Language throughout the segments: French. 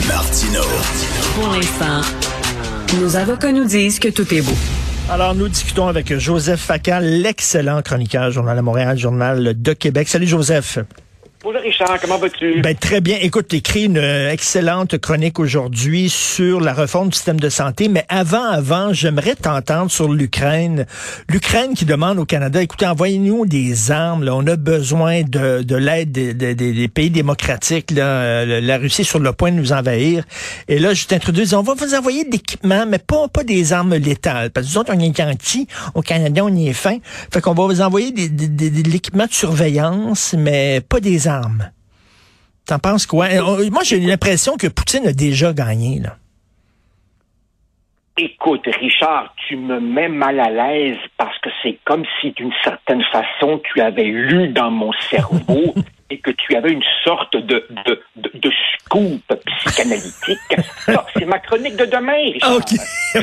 Martino. Pour l'instant, nos avocats nous disent que tout est beau. Alors, nous discutons avec Joseph Facal, l'excellent chroniqueur, Journal de Montréal, Journal de Québec. Salut, Joseph. Bonjour Richard, comment vas-tu? Ben, très bien. Écoute, tu écris une excellente chronique aujourd'hui sur la refonte du système de santé, mais avant, j'aimerais t'entendre sur l'Ukraine. L'Ukraine qui demande au Canada, écoutez, envoyez-nous des armes, là, on a besoin de l'aide des pays démocratiques, là, la Russie est sur le point de nous envahir. Et là, je t'introduis, on va vous envoyer de l'équipement, mais pas des armes létales, parce que nous autres, on est gentils, au Canada, on y est fin. Fait qu'on va vous envoyer de l'équipement de surveillance, mais pas des armes. T'en penses quoi? Moi, j'ai l'impression que Poutine a déjà gagné, là. Écoute, Richard, tu me mets mal à l'aise parce que c'est comme si, d'une certaine façon, tu avais lu dans mon cerveau et que tu avais une sorte de scoop psychanalytique. Ça, c'est ma chronique de demain, Richard. Okay.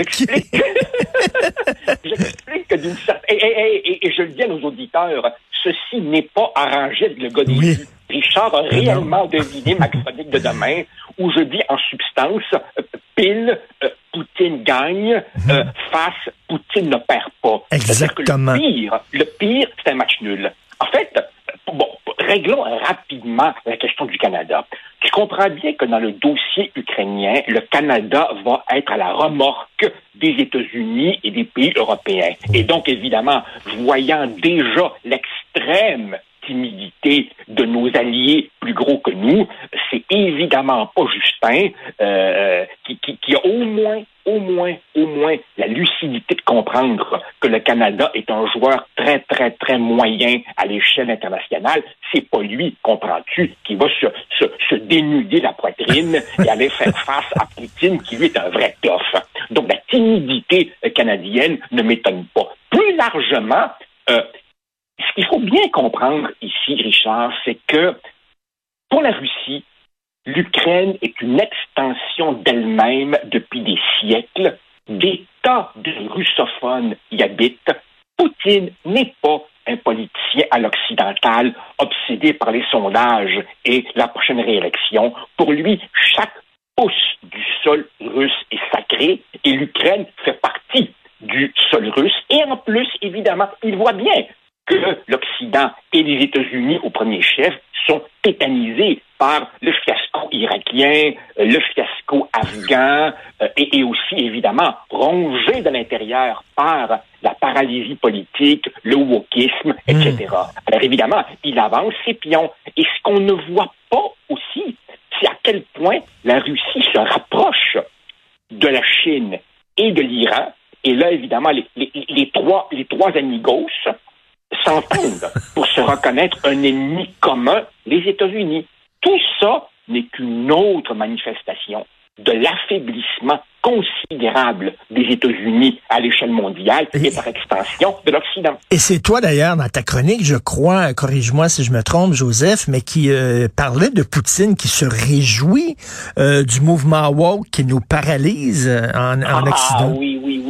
J'explique que d'une certaine... Et je le dis à nos auditeurs, ceci n'est pas arrangé avec le gars des vues. Richard a réellement deviné ma chronique de demain où je dis en substance, pile, Poutine gagne, face, Poutine ne perd pas. Exactement. Le pire, c'est un match nul. En fait, bon, réglons rapidement la question du Canada. Tu comprends bien que dans le dossier ukrainien, le Canada va être à la remorque des États-Unis et des pays européens. Et donc, évidemment, voyant déjà l'extrême timidité de nos alliés plus gros que nous, c'est évidemment pas Justin qui a au moins la lucidité de comprendre que le Canada est un joueur très, très, très moyen à l'échelle internationale. C'est pas lui, comprends-tu, qui va se dénuder la poitrine et aller faire face à Poutine, qui lui est un vrai tough. Donc la timidité canadienne ne m'étonne pas. Plus largement, ce qu'il faut bien comprendre ici, Richard, c'est que pour la Russie, l'Ukraine est une extension d'elle-même depuis des siècles. Des tas de russophones y habitent. Poutine n'est pas un politicien à l'occidental obsédé par les sondages et la prochaine réélection. Pour lui, chaque pouce du sol russe est sacré et l'Ukraine fait partie du sol russe. Et en plus, évidemment, il voit bien que l'Occident et les États-Unis, au premier chef, sont tétanisés par le fiasco irakien, le fiasco afghan, et aussi, évidemment, rongés de l'intérieur par la paralysie politique, le wokisme, etc. Alors, évidemment, il avance ses pions. Et ce qu'on ne voit pas aussi, c'est à quel point la Russie se rapproche de la Chine et de l'Iran. Et là, évidemment, les trois amigos s'entendent pour se reconnaître un ennemi commun, les États-Unis. Tout ça n'est qu'une autre manifestation de l'affaiblissement considérable des États-Unis à l'échelle mondiale et par extension de l'Occident. Et c'est toi d'ailleurs dans ta chronique, je crois, corrige-moi si je me trompe, Joseph, mais qui parlait de Poutine qui se réjouit du mouvement woke qui nous paralyse en Occident. Oui.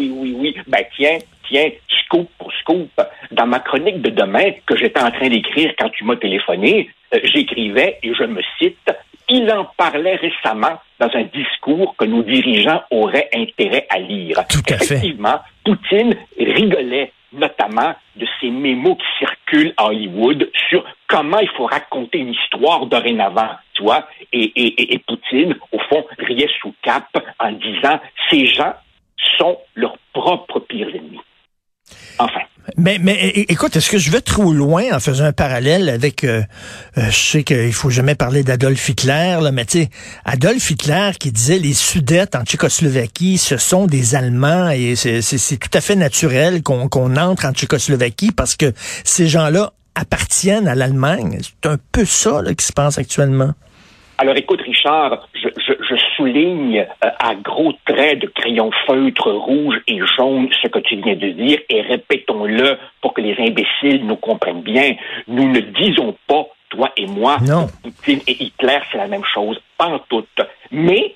Ben tiens, scoop pour scoop. Dans ma chronique de demain que j'étais en train d'écrire quand tu m'as téléphoné, j'écrivais, et je me cite, « Il en parlait récemment dans un discours que nos dirigeants auraient intérêt à lire. » Tout à fait. Effectivement, Poutine rigolait notamment de ces mémos qui circulent à Hollywood sur comment il faut raconter une histoire dorénavant, tu vois. Et Poutine, au fond, riait sous cap en disant « Ces gens sont leurs propres pires ennemis. » Enfin. Mais écoute, est-ce que je vais trop loin en faisant un parallèle avec, je sais qu'il faut jamais parler d'Adolf Hitler, là, mais tu sais, Adolf Hitler qui disait les Sudètes en Tchécoslovaquie, ce sont des Allemands et c'est tout à fait naturel qu'on entre en Tchécoslovaquie parce que ces gens-là appartiennent à l'Allemagne. C'est un peu ça là, qui se passe actuellement. Alors écoute, Richard, je souligne à gros traits de crayon feutre rouge et jaune ce que tu viens de dire et répétons-le pour que les imbéciles nous comprennent bien. Nous ne disons pas, toi et moi, que Poutine et Hitler, c'est la même chose, pas en tout. Mais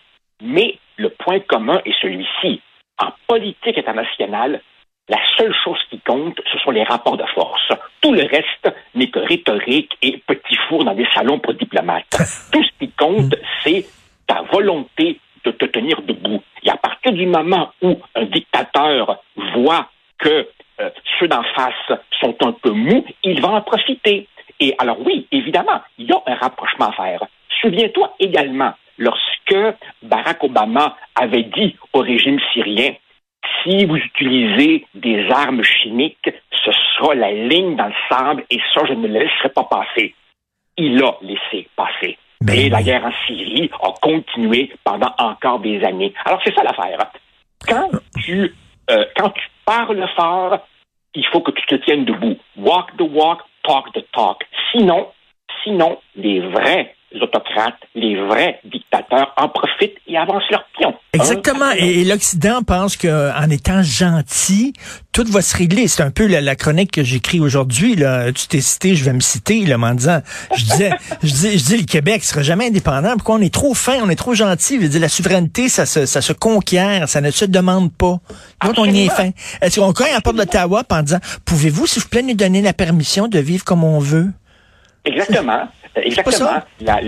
le point commun est celui-ci. En politique internationale, la seule chose qui compte, ce sont les rapports de force. Tout le reste n'est que rhétorique et petit four dans des salons pour diplomates. Tout ce qui compte, c'est ta volonté de te tenir debout. Et à partir du moment où un dictateur voit que ceux d'en face sont un peu mous, il va en profiter. Et alors oui, évidemment, il y a un rapprochement à faire. Souviens-toi également, lorsque Barack Obama avait dit au régime syrien, si vous utilisez des armes chimiques, ce sera la ligne dans le sable et ça, je ne le laisserai pas passer. Il a laissé passer. Et la guerre en Syrie a continué pendant encore des années. Alors, c'est ça l'affaire. Quand tu parles fort, il faut que tu te tiennes debout. Walk the walk, talk the talk. Sinon, les vrais autocrates, les vrais dictateurs en profitent et avancent leur pion. Exactement. Et l'Occident pense qu'en étant gentil, tout va se régler. C'est un peu la chronique que j'écris aujourd'hui. Là. Tu t'es cité, je vais me citer, là, en disant, je dis, le Québec sera jamais indépendant. Pourquoi on est trop fin, on est trop gentil. Je veux dire, la souveraineté, ça se conquiert, ça ne se demande pas. Quand on y est fin. Est-ce qu'on cogne à la porte d'Ottawa en disant, pouvez-vous, s'il vous plaît, nous donner la permission de vivre comme on veut? Exactement. Exactement.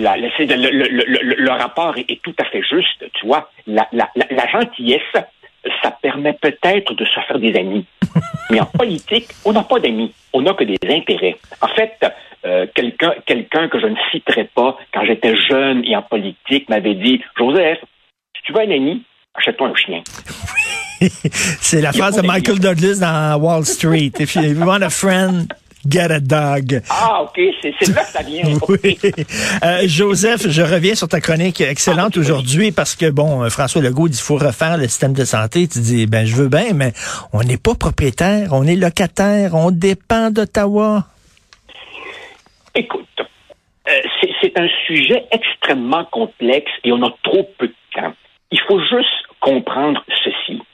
Le rapport est tout à fait juste. Tu vois, la gentillesse, ça permet peut-être de se faire des amis. Mais en politique, on n'a pas d'amis. On n'a que des intérêts. En fait, quelqu'un que je ne citerai pas, quand j'étais jeune et en politique, m'avait dit, Joseph, si tu veux un ami, achète-toi un chien. C'est la phrase de Michael Douglas dans Wall Street. If you want a friend, get a dog. Ah, OK, c'est là que ça vient. Oui. Joseph, je reviens sur ta chronique excellente aujourd'hui parce que, François Legault dit qu'il faut refaire le système de santé. Tu dis, je veux bien, mais on n'est pas propriétaire, on est locataire, on dépend d'Ottawa. Écoute, c'est un sujet extrêmement complexe et on a trop peu de temps. Il faut juste comprendre ceci.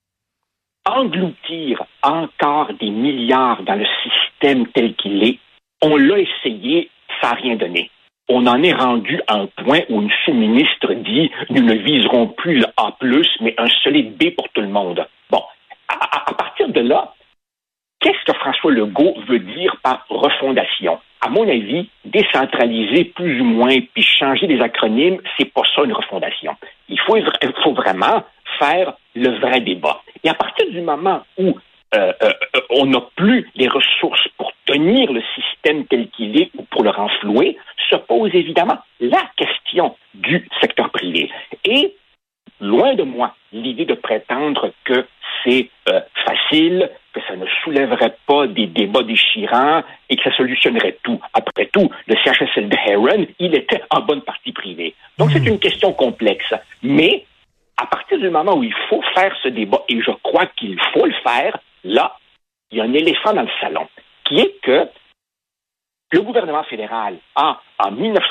Engloutir encore des milliards dans le système tel qu'il est, on l'a essayé, ça n'a rien donné. On en est rendu à un point où une sous-ministre dit « Nous ne viserons plus le A+, mais un solide B pour tout le monde ». Bon, à partir de là, qu'est-ce que François Legault veut dire par refondation? À mon avis, décentraliser plus ou moins puis changer les acronymes, c'est pas ça une refondation. Il faut vraiment faire le vrai débat. Et à partir du moment où on n'a plus les ressources pour tenir le système tel qu'il est ou pour le renflouer, se pose évidemment la question du secteur privé. Et loin de moi l'idée de prétendre que c'est facile, que ça ne soulèverait pas des débats déchirants et que ça solutionnerait tout. Après tout, le CHSL de Heron, il était en bonne partie privé. Donc c'est une question complexe. Mais à partir du moment où il faut faire ce débat, et je crois qu'il faut le faire, là, il y a un éléphant dans le salon, qui est que le gouvernement fédéral a, en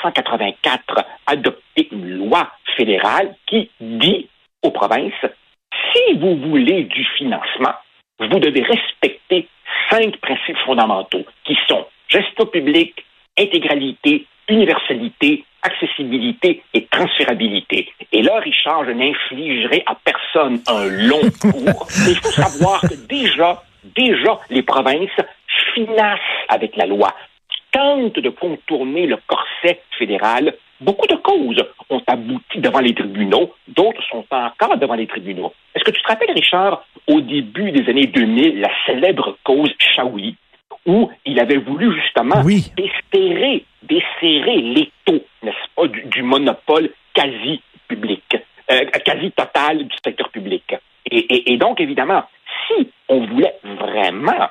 1984, adopté une loi fédérale qui dit aux provinces, si vous voulez du financement, vous devez respecter 5 principes fondamentaux, qui sont gestion publique, intégralité, universalité, accessibilité et transférabilité. Et là, Richard, je n'infligerai à personne un long cours, mais il faut savoir que déjà, les provinces financent avec la loi, tentent de contourner le corset fédéral. Beaucoup de causes ont abouti devant les tribunaux, d'autres sont encore devant les tribunaux. Est-ce que tu te rappelles, Richard, au début des années 2000, la célèbre cause Shawi, où il avait voulu justement desserrer l'étau, n'est-ce pas, du monopole quasi-public, quasi total du secteur public. Et donc, évidemment, si on voulait vraiment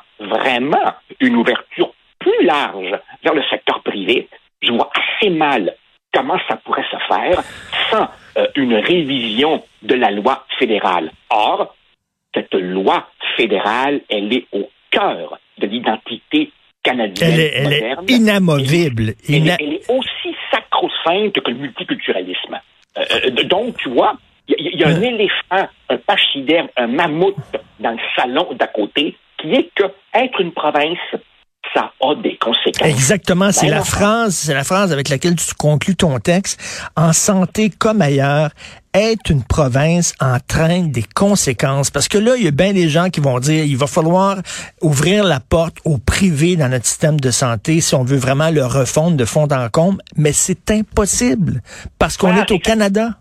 une ouverture plus large vers le secteur privé, je vois assez mal comment ça pourrait se faire sans une révision de la loi fédérale. Or, cette loi fédérale, elle est au cœur de l'identité canadienne moderne. Elle est inamovible. Elle est aussi sacro-sainte que le multiculturalisme. Donc, tu vois, il y a un éléphant, un pachyderme, un mammouth dans le salon d'à côté, qui est que être une province, ça a des conséquences. Exactement, c'est la phrase avec laquelle tu conclus ton texte. En santé comme ailleurs, être une province entraîne des conséquences. Parce que là, il y a bien des gens qui vont dire, il va falloir ouvrir la porte au privé dans notre système de santé si on veut vraiment le refondre de fond en comble. Mais c'est impossible parce qu'on est au Canada.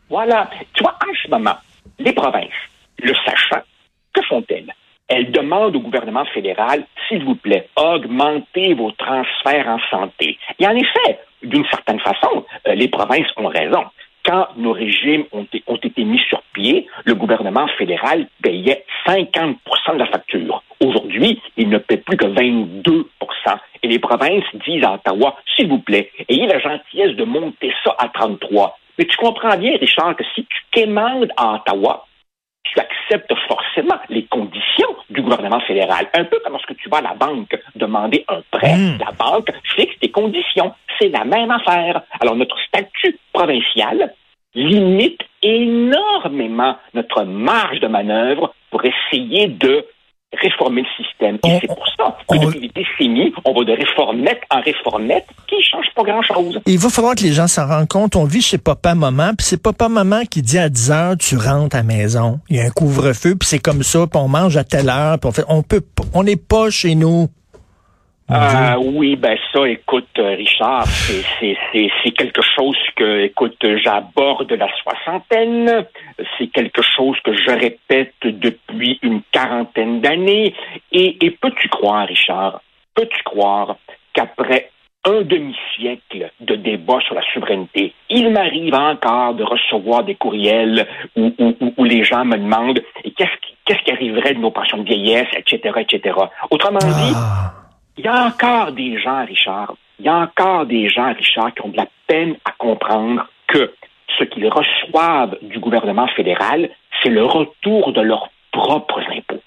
Voilà. Tu vois, en ce moment, les provinces, le sachant, que font-elles? Elles demandent au gouvernement fédéral, s'il vous plaît, augmentez vos transferts en santé. Et en effet, d'une certaine façon, les provinces ont raison. Quand nos régimes ont été mis sur pied, le gouvernement fédéral payait 50% de la facture. Aujourd'hui, il ne paie plus que 22%. Et les provinces disent à Ottawa, s'il vous plaît, ayez la gentillesse de monter ça à 33%. Mais tu comprends bien, Richard, que si tu quémandes à Ottawa, tu acceptes forcément les conditions du gouvernement fédéral. Un peu comme lorsque tu vas à la banque demander un prêt, la banque fixe tes conditions. C'est la même affaire. Alors, notre statut provincial limite énormément notre marge de manœuvre pour essayer de réformer le système. Et c'est pour ça que depuis des décennies, on va de réformette en réformette qui ne change pas grand-chose. Il va falloir que les gens s'en rendent compte. On vit chez papa-maman, puis c'est papa-maman qui dit à 10 heures, tu rentres à la maison. Il y a un couvre-feu, puis c'est comme ça, puis on mange à telle heure, puis on n'est pas chez nous. Oui, ben ça, écoute, Richard, c'est quelque chose que, écoute, j'aborde la soixantaine. C'est quelque chose que je répète depuis une quarantaine d'années. Et peux-tu croire, Richard, qu'après un demi-siècle de débat sur la souveraineté, il m'arrive encore de recevoir des courriels où les gens me demandent qu'est-ce qui arriverait de nos pensions de vieillesse, etc., etc. Autrement dit, il y a encore des gens, Richard, qui ont de la peine à comprendre que ce qu'ils reçoivent du gouvernement fédéral, c'est le retour de leurs propres impôts.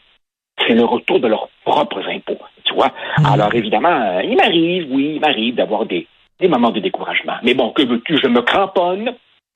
Tu vois? Alors, évidemment, il m'arrive d'avoir des moments de découragement. Mais bon, que veux-tu? Je me cramponne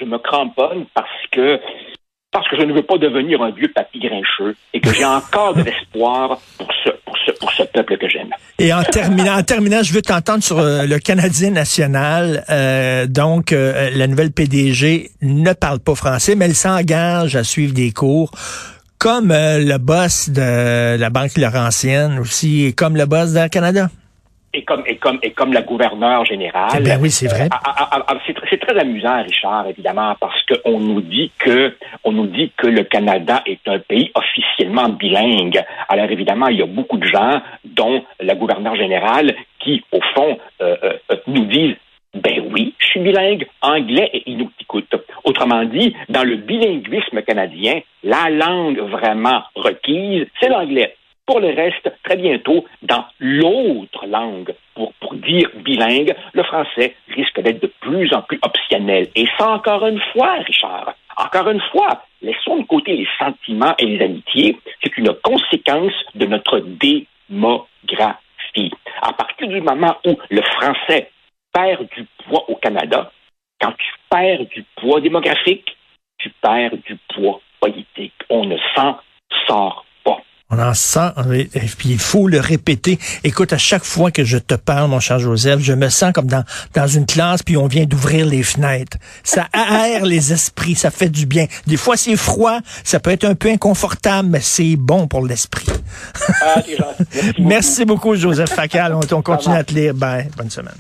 parce que je ne veux pas devenir un vieux papy grincheux et que j'ai encore de l'espoir pour ce peuple que j'aime. Et en terminant, je veux t'entendre sur le Canadien national. Donc, la nouvelle PDG ne parle pas français, mais elle s'engage à suivre des cours. Comme le boss de la Banque Laurentienne aussi, et comme le boss d'Air Canada. Et comme la gouverneure générale. Ben oui, c'est vrai. C'est très amusant, Richard, évidemment, parce qu'on nous dit que le Canada est un pays officiellement bilingue. Alors évidemment, il y a beaucoup de gens, dont la gouverneure générale, qui, au fond, nous disent ben oui, je suis bilingue, anglais et inuktitut. Autrement dit, dans le bilinguisme canadien, la langue vraiment requise, c'est l'anglais. Pour le reste, très bientôt, dans l'autre langue, pour dire bilingue, le français risque d'être de plus en plus optionnel. Et ça, encore une fois, Richard, laissons de côté les sentiments et les amitiés. C'est une conséquence de notre démographie. À partir du moment où le français perd du poids au Canada, quand tu perds du poids démographique, tu perds du poids politique. On ne s'en sort pas. On en sent, et puis il faut le répéter. Écoute, à chaque fois que je te parle, mon cher Joseph, je me sens comme dans une classe, puis on vient d'ouvrir les fenêtres. Ça aère les esprits, ça fait du bien. Des fois, c'est froid, ça peut être un peu inconfortable, mais c'est bon pour l'esprit. Merci beaucoup. Merci beaucoup, Joseph Facal. On continue à te lire. Bye. Bonne semaine.